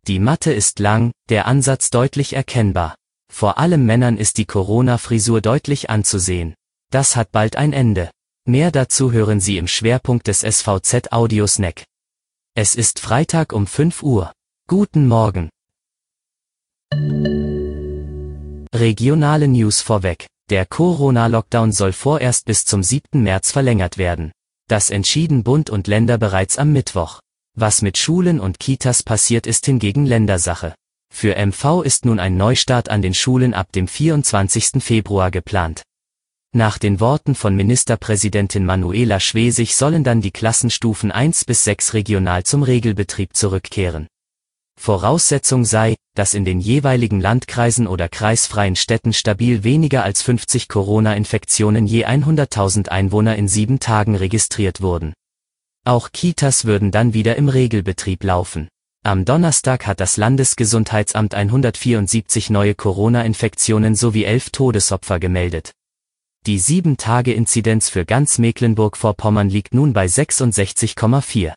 Die Matte ist lang, der Ansatz deutlich erkennbar. Vor allem Männern ist die Corona-Frisur deutlich anzusehen. Das hat bald ein Ende. Mehr dazu hören Sie im Schwerpunkt des SVZ Audio Snack. Es ist Freitag um 5 Uhr. Guten Morgen. Regionale News vorweg. Der Corona-Lockdown soll vorerst bis zum 7. März verlängert werden. Das entschieden Bund und Länder bereits am Mittwoch. Was mit Schulen und Kitas passiert, ist hingegen Ländersache. Für MV ist nun ein Neustart an den Schulen ab dem 24. Februar geplant. Nach den Worten von Ministerpräsidentin Manuela Schwesig sollen dann die Klassenstufen 1 bis 6 regional zum Regelbetrieb zurückkehren. Voraussetzung sei, dass in den jeweiligen Landkreisen oder kreisfreien Städten stabil weniger als 50 Corona-Infektionen je 100.000 Einwohner in 7 Tagen registriert wurden. Auch Kitas würden dann wieder im Regelbetrieb laufen. Am Donnerstag hat das Landesgesundheitsamt 174 neue Corona-Infektionen sowie 11 Todesopfer gemeldet. Die 7-Tage-Inzidenz für ganz Mecklenburg-Vorpommern liegt nun bei 66,4.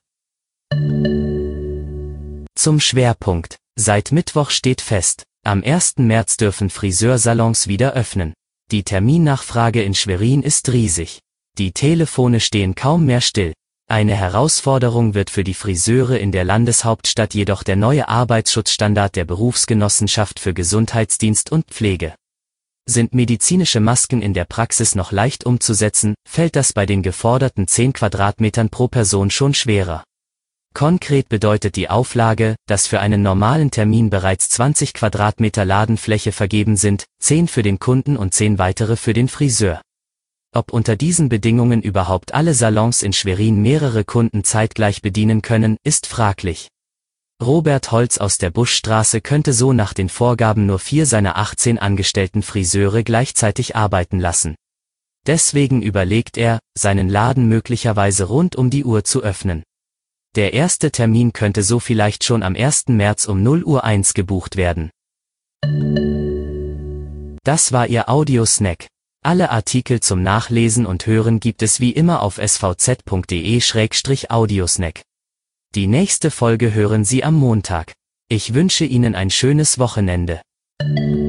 Zum Schwerpunkt. Seit Mittwoch steht fest, am 1. März dürfen Friseursalons wieder öffnen. Die Terminnachfrage in Schwerin ist riesig. Die Telefone stehen kaum mehr still. Eine Herausforderung wird für die Friseure in der Landeshauptstadt jedoch der neue Arbeitsschutzstandard der Berufsgenossenschaft für Gesundheitsdienst und Pflege. Sind medizinische Masken in der Praxis noch leicht umzusetzen, fällt das bei den geforderten 10 Quadratmetern pro Person schon schwerer. Konkret bedeutet die Auflage, dass für einen normalen Termin bereits 20 Quadratmeter Ladenfläche vergeben sind, 10 für den Kunden und 10 weitere für den Friseur. Ob unter diesen Bedingungen überhaupt alle Salons in Schwerin mehrere Kunden zeitgleich bedienen können, ist fraglich. Robert Holz aus der Buschstraße könnte so nach den Vorgaben nur 4 seiner 18 angestellten Friseure gleichzeitig arbeiten lassen. Deswegen überlegt er, seinen Laden möglicherweise rund um die Uhr zu öffnen. Der erste Termin könnte so vielleicht schon am 1. März um 0:01 Uhr gebucht werden. Das war Ihr Audiosnack. Alle Artikel zum Nachlesen und Hören gibt es wie immer auf svz.de/audiosnack. Die nächste Folge hören Sie am Montag. Ich wünsche Ihnen ein schönes Wochenende.